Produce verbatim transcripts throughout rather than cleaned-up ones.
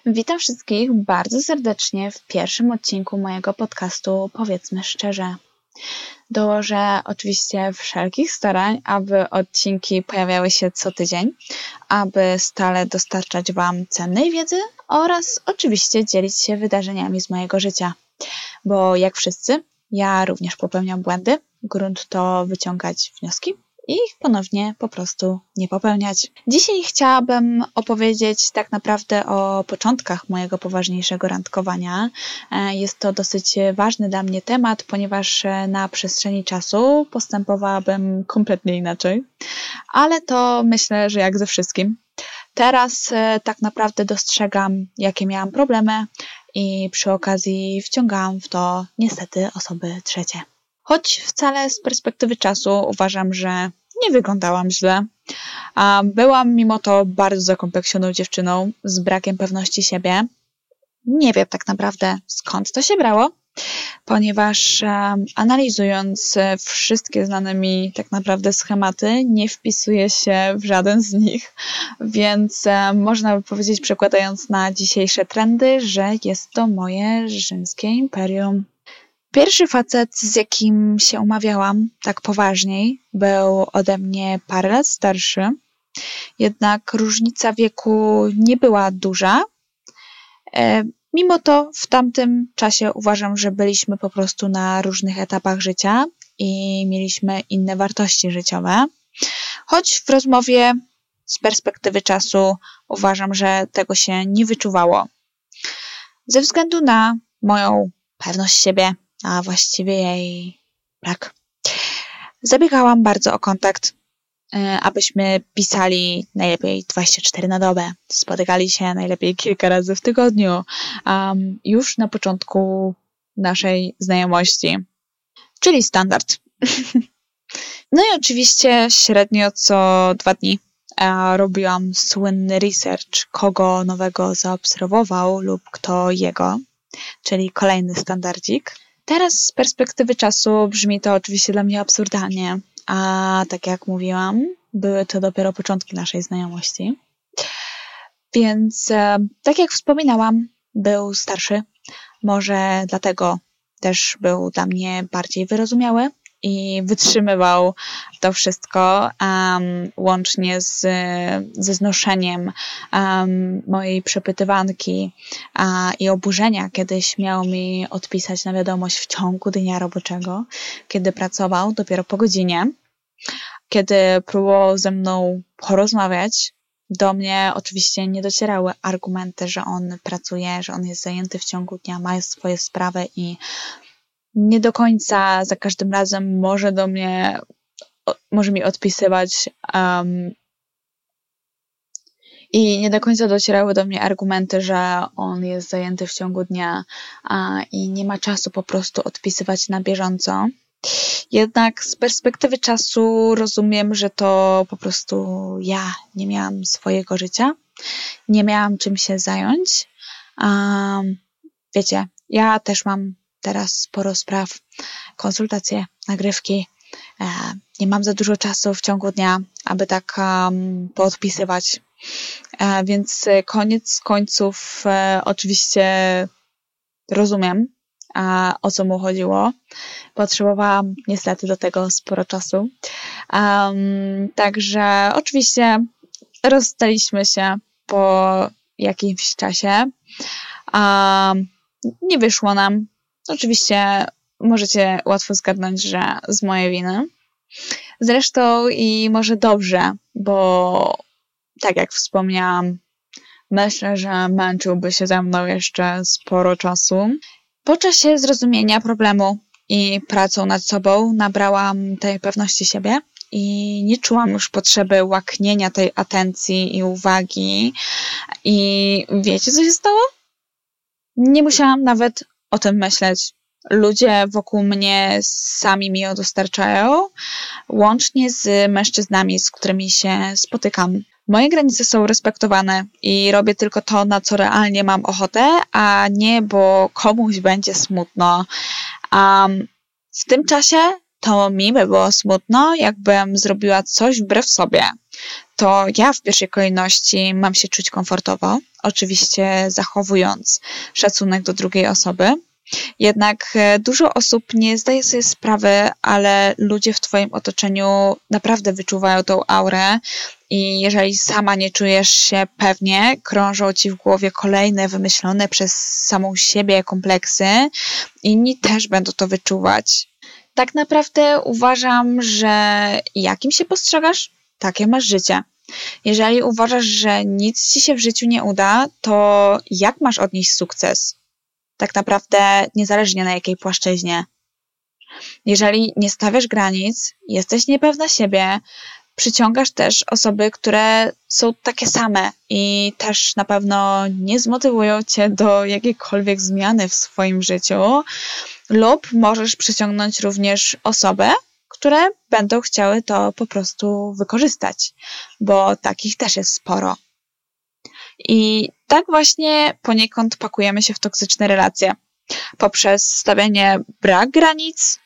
Witam wszystkich bardzo serdecznie w pierwszym odcinku mojego podcastu Powiedzmy Szczerze. Dołożę oczywiście wszelkich starań, aby odcinki pojawiały się co tydzień, aby stale dostarczać Wam cennej wiedzy oraz oczywiście dzielić się wydarzeniami z mojego życia. Bo jak wszyscy, ja również popełniam błędy, grunt to wyciągać wnioski i ich ponownie po prostu nie popełniać. Dzisiaj chciałabym opowiedzieć tak naprawdę o początkach mojego poważniejszego randkowania. Jest to dosyć ważny dla mnie temat, ponieważ na przestrzeni czasu postępowałabym kompletnie inaczej, ale to myślę, że jak ze wszystkim. Teraz tak naprawdę dostrzegam, jakie miałam problemy i przy okazji wciągałam w to niestety osoby trzecie. Choć wcale z perspektywy czasu uważam, że nie wyglądałam źle. Byłam mimo to bardzo zakompleksioną dziewczyną z brakiem pewności siebie. Nie wiem tak naprawdę skąd to się brało, ponieważ analizując wszystkie znane mi tak naprawdę schematy, nie wpisuję się w żaden z nich, więc można by powiedzieć, przekładając na dzisiejsze trendy, że jest to moje rzymskie imperium. Pierwszy facet, z jakim się umawiałam tak poważniej, był ode mnie parę lat starszy, jednak różnica wieku nie była duża. Mimo to w tamtym czasie uważam, że byliśmy po prostu na różnych etapach życia i mieliśmy inne wartości życiowe. Choć w rozmowie z perspektywy czasu uważam, że tego się nie wyczuwało. Ze względu na moją pewność siebie, a właściwie jej brak. Zabiegałam bardzo o kontakt, abyśmy pisali najlepiej dwadzieścia cztery na dobę. Spotykali się najlepiej kilka razy w tygodniu, um, już na początku naszej znajomości. Czyli standard. No i oczywiście średnio co dwa dni robiłam słynny research, kogo nowego zaobserwował lub kto jego, czyli kolejny standardzik. Teraz z perspektywy czasu brzmi to oczywiście dla mnie absurdalnie, a tak jak mówiłam, były to dopiero początki naszej znajomości. Więc tak jak wspominałam, był starszy, może dlatego też był dla mnie bardziej wyrozumiały i wytrzymywał to wszystko, um, łącznie z, ze znoszeniem um, mojej przepytywanki uh, i oburzenia, kiedy śmiał mi odpisać na wiadomość w ciągu dnia roboczego, kiedy pracował dopiero po godzinie, kiedy próbował ze mną porozmawiać. Do mnie oczywiście nie docierały argumenty, że on pracuje, że on jest zajęty w ciągu dnia, ma swoje sprawy i nie do końca za każdym razem może do mnie, może mi odpisywać um, i nie do końca docierały do mnie argumenty, że on jest zajęty w ciągu dnia a, i nie ma czasu po prostu odpisywać na bieżąco. Jednak z perspektywy czasu rozumiem, że to po prostu ja nie miałam swojego życia, nie miałam czym się zająć. Um, wiecie, ja też mam teraz sporo spraw, konsultacje, nagrywki. E, nie mam za dużo czasu w ciągu dnia, aby tak um, poodpisywać. E, więc koniec końców e, oczywiście rozumiem, a, o co mu chodziło. Potrzebowałam niestety do tego sporo czasu. Um, także oczywiście rozstaliśmy się po jakimś czasie. Um, nie wyszło nam. Oczywiście możecie łatwo zgadnąć, że z mojej winy. Zresztą i może dobrze, bo tak jak wspomniałam, myślę, że męczyłby się ze mną jeszcze sporo czasu. Po czasie zrozumienia problemu i pracą nad sobą nabrałam tej pewności siebie i nie czułam już potrzeby łaknienia tej atencji i uwagi. I wiecie, co się stało? Nie musiałam nawet o tym myśleć. Ludzie wokół mnie sami mi ją dostarczają, łącznie z mężczyznami, z którymi się spotykam. Moje granice są respektowane i robię tylko to, na co realnie mam ochotę, a nie, bo komuś będzie smutno. Um, w tym czasie to mi by było smutno, jakbym zrobiła coś wbrew sobie. to ja w pierwszej kolejności mam się czuć komfortowo, oczywiście zachowując szacunek do drugiej osoby. Jednak dużo osób nie zdaje sobie sprawy, ale ludzie w twoim otoczeniu naprawdę wyczuwają tą aurę i jeżeli sama nie czujesz się pewnie, krążą ci w głowie kolejne wymyślone przez samą siebie kompleksy, inni też będą to wyczuwać. Tak naprawdę uważam, że jakim się postrzegasz, takie masz życie. Jeżeli uważasz, że nic ci się w życiu nie uda, to jak masz odnieść sukces? Tak naprawdę niezależnie na jakiej płaszczyźnie. Jeżeli nie stawiasz granic, jesteś niepewna siebie, przyciągasz też osoby, które są takie same i też na pewno nie zmotywują cię do jakiejkolwiek zmiany w swoim życiu, lub możesz przyciągnąć również osoby, które będą chciały to po prostu wykorzystać, bo takich też jest sporo. I tak właśnie poniekąd pakujemy się w toksyczne relacje. Poprzez stawianie brak granic,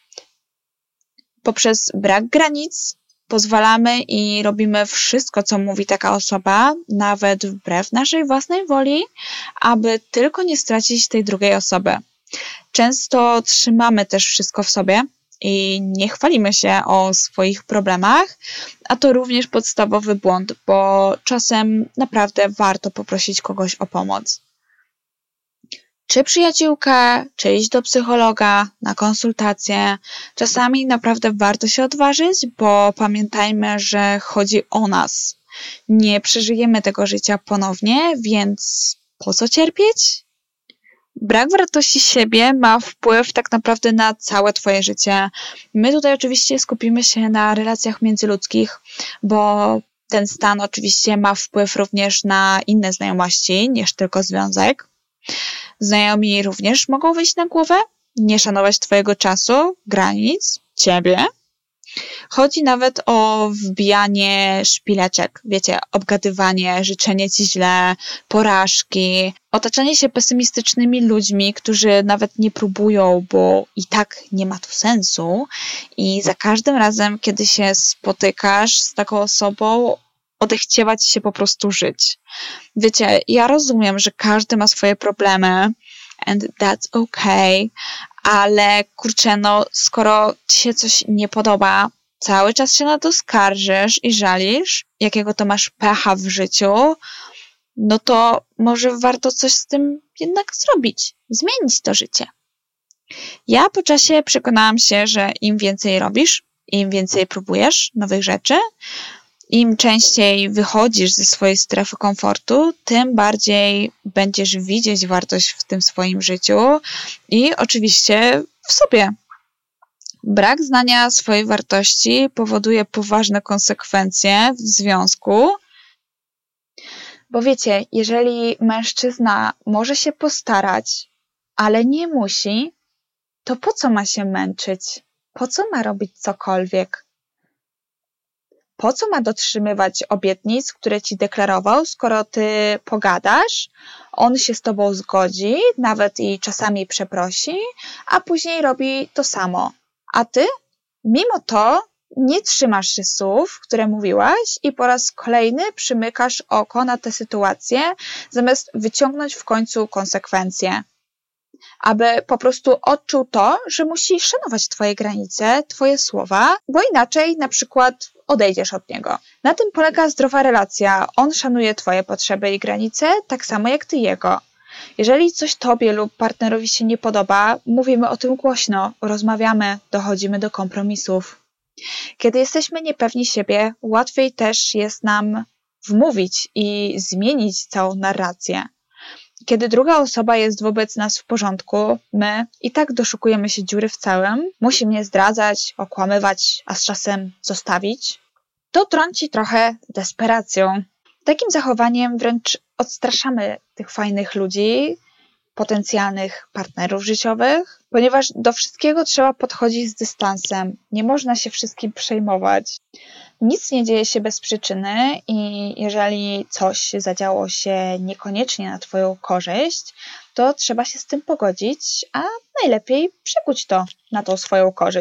poprzez brak granic pozwalamy i robimy wszystko, co mówi taka osoba, nawet wbrew naszej własnej woli, aby tylko nie stracić tej drugiej osoby. Często trzymamy też wszystko w sobie i nie chwalimy się o swoich problemach, a to również podstawowy błąd, bo czasem naprawdę warto poprosić kogoś o pomoc. Czy przyjaciółkę, czy iść do psychologa na konsultację. Czasami naprawdę warto się odważyć, bo pamiętajmy, że chodzi o nas. Nie przeżyjemy tego życia ponownie, więc po co cierpieć? Brak wartości siebie ma wpływ tak naprawdę na całe twoje życie. My tutaj oczywiście skupimy się na relacjach międzyludzkich, bo ten stan oczywiście ma wpływ również na inne znajomości niż tylko związek. Znajomi również mogą wyjść na głowę, nie szanować twojego czasu, granic, ciebie. Chodzi nawet o wbijanie szpileczek, wiecie, obgadywanie, życzenie ci źle, porażki, otaczanie się pesymistycznymi ludźmi, którzy nawet nie próbują, bo i tak nie ma to sensu. I za każdym razem, kiedy się spotykasz z taką osobą, odechciewa ci się po prostu żyć. Wiecie, ja rozumiem, że każdy ma swoje problemy and that's okay, ale kurczę, no skoro ci się coś nie podoba, cały czas się na to skarżysz i żalisz, jakiego to masz pecha w życiu, no to może warto coś z tym jednak zrobić, zmienić to życie. Ja po czasie przekonałam się, że im więcej robisz, im więcej próbujesz nowych rzeczy, im częściej wychodzisz ze swojej strefy komfortu, tym bardziej będziesz widzieć wartość w tym swoim życiu i oczywiście w sobie. Brak znania swojej wartości powoduje poważne konsekwencje w związku, bo wiecie, jeżeli mężczyzna może się postarać, ale nie musi, to po co ma się męczyć? Po co ma robić cokolwiek? Po co ma dotrzymywać obietnic, które ci deklarował, skoro ty pogadasz, on się z tobą zgodzi, nawet i czasami przeprosi, a później robi to samo. A ty, mimo to, nie trzymasz się słów, które mówiłaś i po raz kolejny przymykasz oko na tę sytuację, zamiast wyciągnąć w końcu konsekwencje. Aby po prostu odczuł to, że musi szanować twoje granice, twoje słowa, bo inaczej na przykład odejdziesz od niego. Na tym polega zdrowa relacja. On szanuje twoje potrzeby i granice, tak samo jak ty jego. Jeżeli coś tobie lub partnerowi się nie podoba, mówimy o tym głośno, rozmawiamy, dochodzimy do kompromisów. Kiedy jesteśmy niepewni siebie, łatwiej też jest nam wmówić i zmienić całą narrację. Kiedy druga osoba jest wobec nas w porządku, my i tak doszukujemy się dziury w całym, musi mnie zdradzać, okłamywać, a z czasem zostawić. To trąci trochę desperacją. Takim zachowaniem wręcz odstraszamy tych fajnych ludzi, potencjalnych partnerów życiowych, ponieważ do wszystkiego trzeba podchodzić z dystansem. Nie można się wszystkim przejmować. Nic nie dzieje się bez przyczyny i jeżeli coś zadziało się niekoniecznie na twoją korzyść, to trzeba się z tym pogodzić, a najlepiej przekuć to na tą swoją korzyść.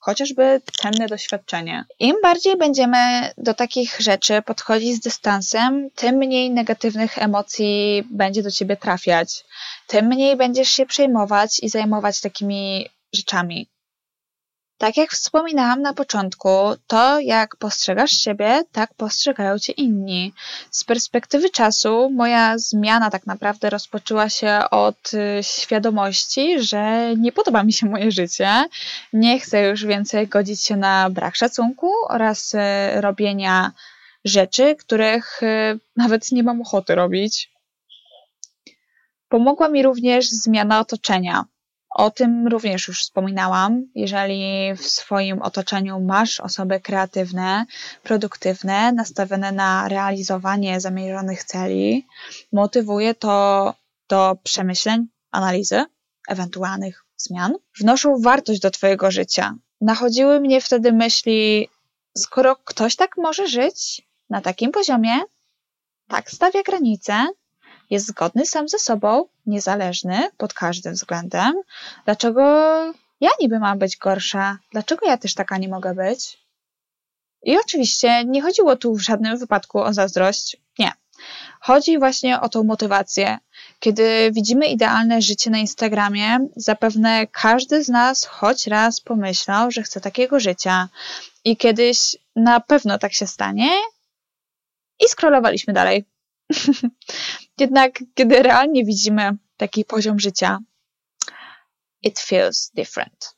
chociażby cenne doświadczenie. Im bardziej będziemy do takich rzeczy podchodzić z dystansem, tym mniej negatywnych emocji będzie do ciebie trafiać. Tym mniej będziesz się przejmować i zajmować takimi rzeczami. Tak jak wspominałam na początku, to jak postrzegasz siebie, tak postrzegają cię inni. Z perspektywy czasu moja zmiana tak naprawdę rozpoczęła się od y, świadomości, że nie podoba mi się moje życie. Nie chcę już więcej godzić się na brak szacunku oraz y, robienia rzeczy, których y, nawet nie mam ochoty robić. Pomogła mi również zmiana otoczenia. O tym również już wspominałam. Jeżeli w swoim otoczeniu masz osoby kreatywne, produktywne, nastawione na realizowanie zamierzonych celi, motywuje to do przemyśleń, analizy, ewentualnych zmian. Wnoszą wartość do twojego życia. Nachodziły mnie wtedy myśli, skoro ktoś tak może żyć na takim poziomie, tak stawia granice, jest zgodny sam ze sobą, niezależny pod każdym względem. Dlaczego ja niby mam być gorsza? Dlaczego ja też taka nie mogę być? I oczywiście nie chodziło tu w żadnym wypadku o zazdrość. Nie. Chodzi właśnie o tą motywację. Kiedy widzimy idealne życie na Instagramie, zapewne każdy z nas choć raz pomyślał, że chce takiego życia. I kiedyś na pewno tak się stanie i scrollowaliśmy dalej. Jednak kiedy realnie widzimy taki poziom życia, it feels different.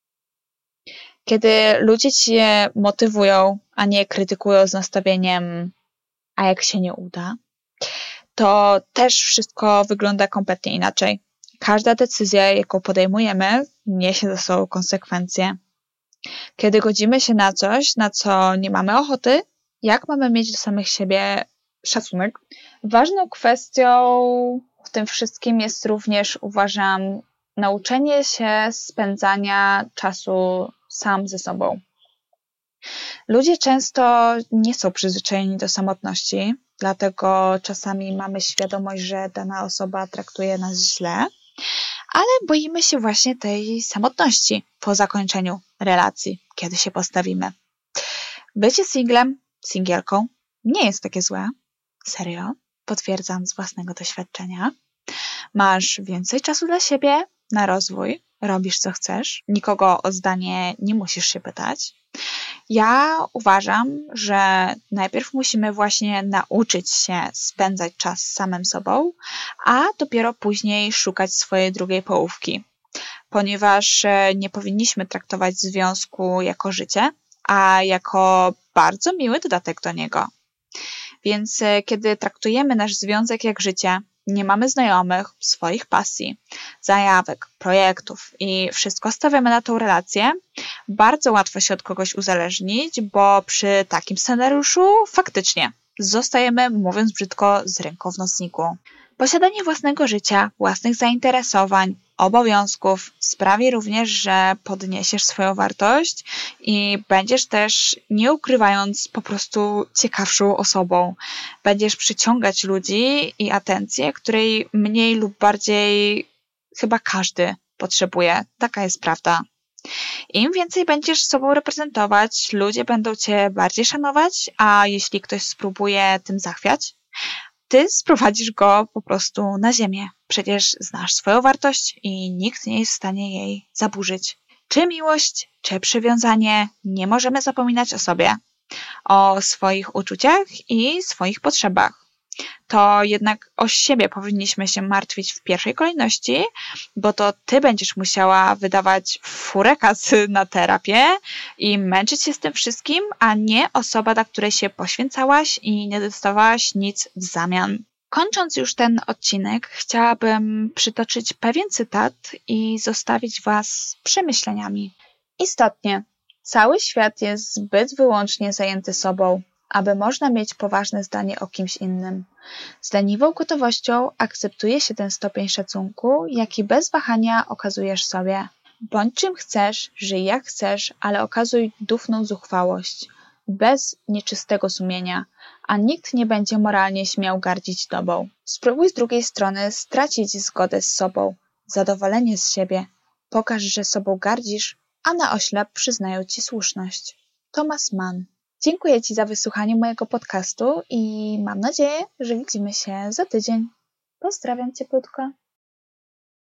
Kiedy ludzie cię motywują, a nie krytykują z nastawieniem, a jak się nie uda, to też wszystko wygląda kompletnie inaczej. Każda decyzja, jaką podejmujemy, niesie ze sobą konsekwencje. Kiedy godzimy się na coś, na co nie mamy ochoty, jak mamy mieć do samych siebie szacunek? Ważną kwestią w tym wszystkim jest również, uważam, nauczenie się spędzania czasu sam ze sobą. Ludzie często nie są przyzwyczajeni do samotności, dlatego czasami mamy świadomość, że dana osoba traktuje nas źle, ale boimy się właśnie tej samotności po zakończeniu relacji, kiedy się postawimy. Bycie singlem, singielką nie jest takie złe. Serio, potwierdzam z własnego doświadczenia. Masz więcej czasu dla siebie, na rozwój, robisz co chcesz, nikogo o zdanie nie musisz się pytać. Ja uważam, że najpierw musimy właśnie nauczyć się spędzać czas z samym sobą, a dopiero później szukać swojej drugiej połówki. Ponieważ nie powinniśmy traktować związku jako życie, a jako bardzo miły dodatek do niego. Więc kiedy traktujemy nasz związek jak życie, nie mamy znajomych, swoich pasji, zajawek, projektów i wszystko stawiamy na tą relację, bardzo łatwo się od kogoś uzależnić, bo przy takim scenariuszu faktycznie zostajemy, mówiąc brzydko, z ręką w nocniku. Posiadanie własnego życia, własnych zainteresowań, obowiązków sprawi również, że podniesiesz swoją wartość i będziesz też, nie ukrywając, po prostu ciekawszą osobą. Będziesz przyciągać ludzi i atencję, której mniej lub bardziej chyba każdy potrzebuje. Taka jest prawda. Im więcej będziesz sobą reprezentować, ludzie będą cię bardziej szanować, a jeśli ktoś spróbuje tym zachwiać, ty sprowadzisz go po prostu na ziemię. Przecież znasz swoją wartość i nikt nie jest w stanie jej zaburzyć. Czy miłość, czy przywiązanie, nie możemy zapominać o sobie, o swoich uczuciach i swoich potrzebach. To jednak o siebie powinniśmy się martwić w pierwszej kolejności, bo to ty będziesz musiała wydawać furę kasy na terapię i męczyć się z tym wszystkim, a nie osoba, dla której się poświęcałaś i nie dostawałaś nic w zamian. Kończąc już ten odcinek, chciałabym przytoczyć pewien cytat i zostawić was z przemyśleniami. Istotnie, cały świat jest zbyt wyłącznie zajęty sobą, aby można mieć poważne zdanie o kimś innym. Z leniwą gotowością akceptuje się ten stopień szacunku, jaki bez wahania okazujesz sobie. Bądź czym chcesz, żyj jak chcesz, ale okazuj dufną zuchwałość, bez nieczystego sumienia, a nikt nie będzie moralnie śmiał gardzić tobą. Spróbuj z drugiej strony stracić zgodę z sobą, zadowolenie z siebie. Pokaż, że sobą gardzisz a na oślep przyznają Ci słuszność. Thomas Mann. Dziękuję Ci za wysłuchanie mojego podcastu i mam nadzieję, że widzimy się za tydzień. Pozdrawiam Cię, Płytko.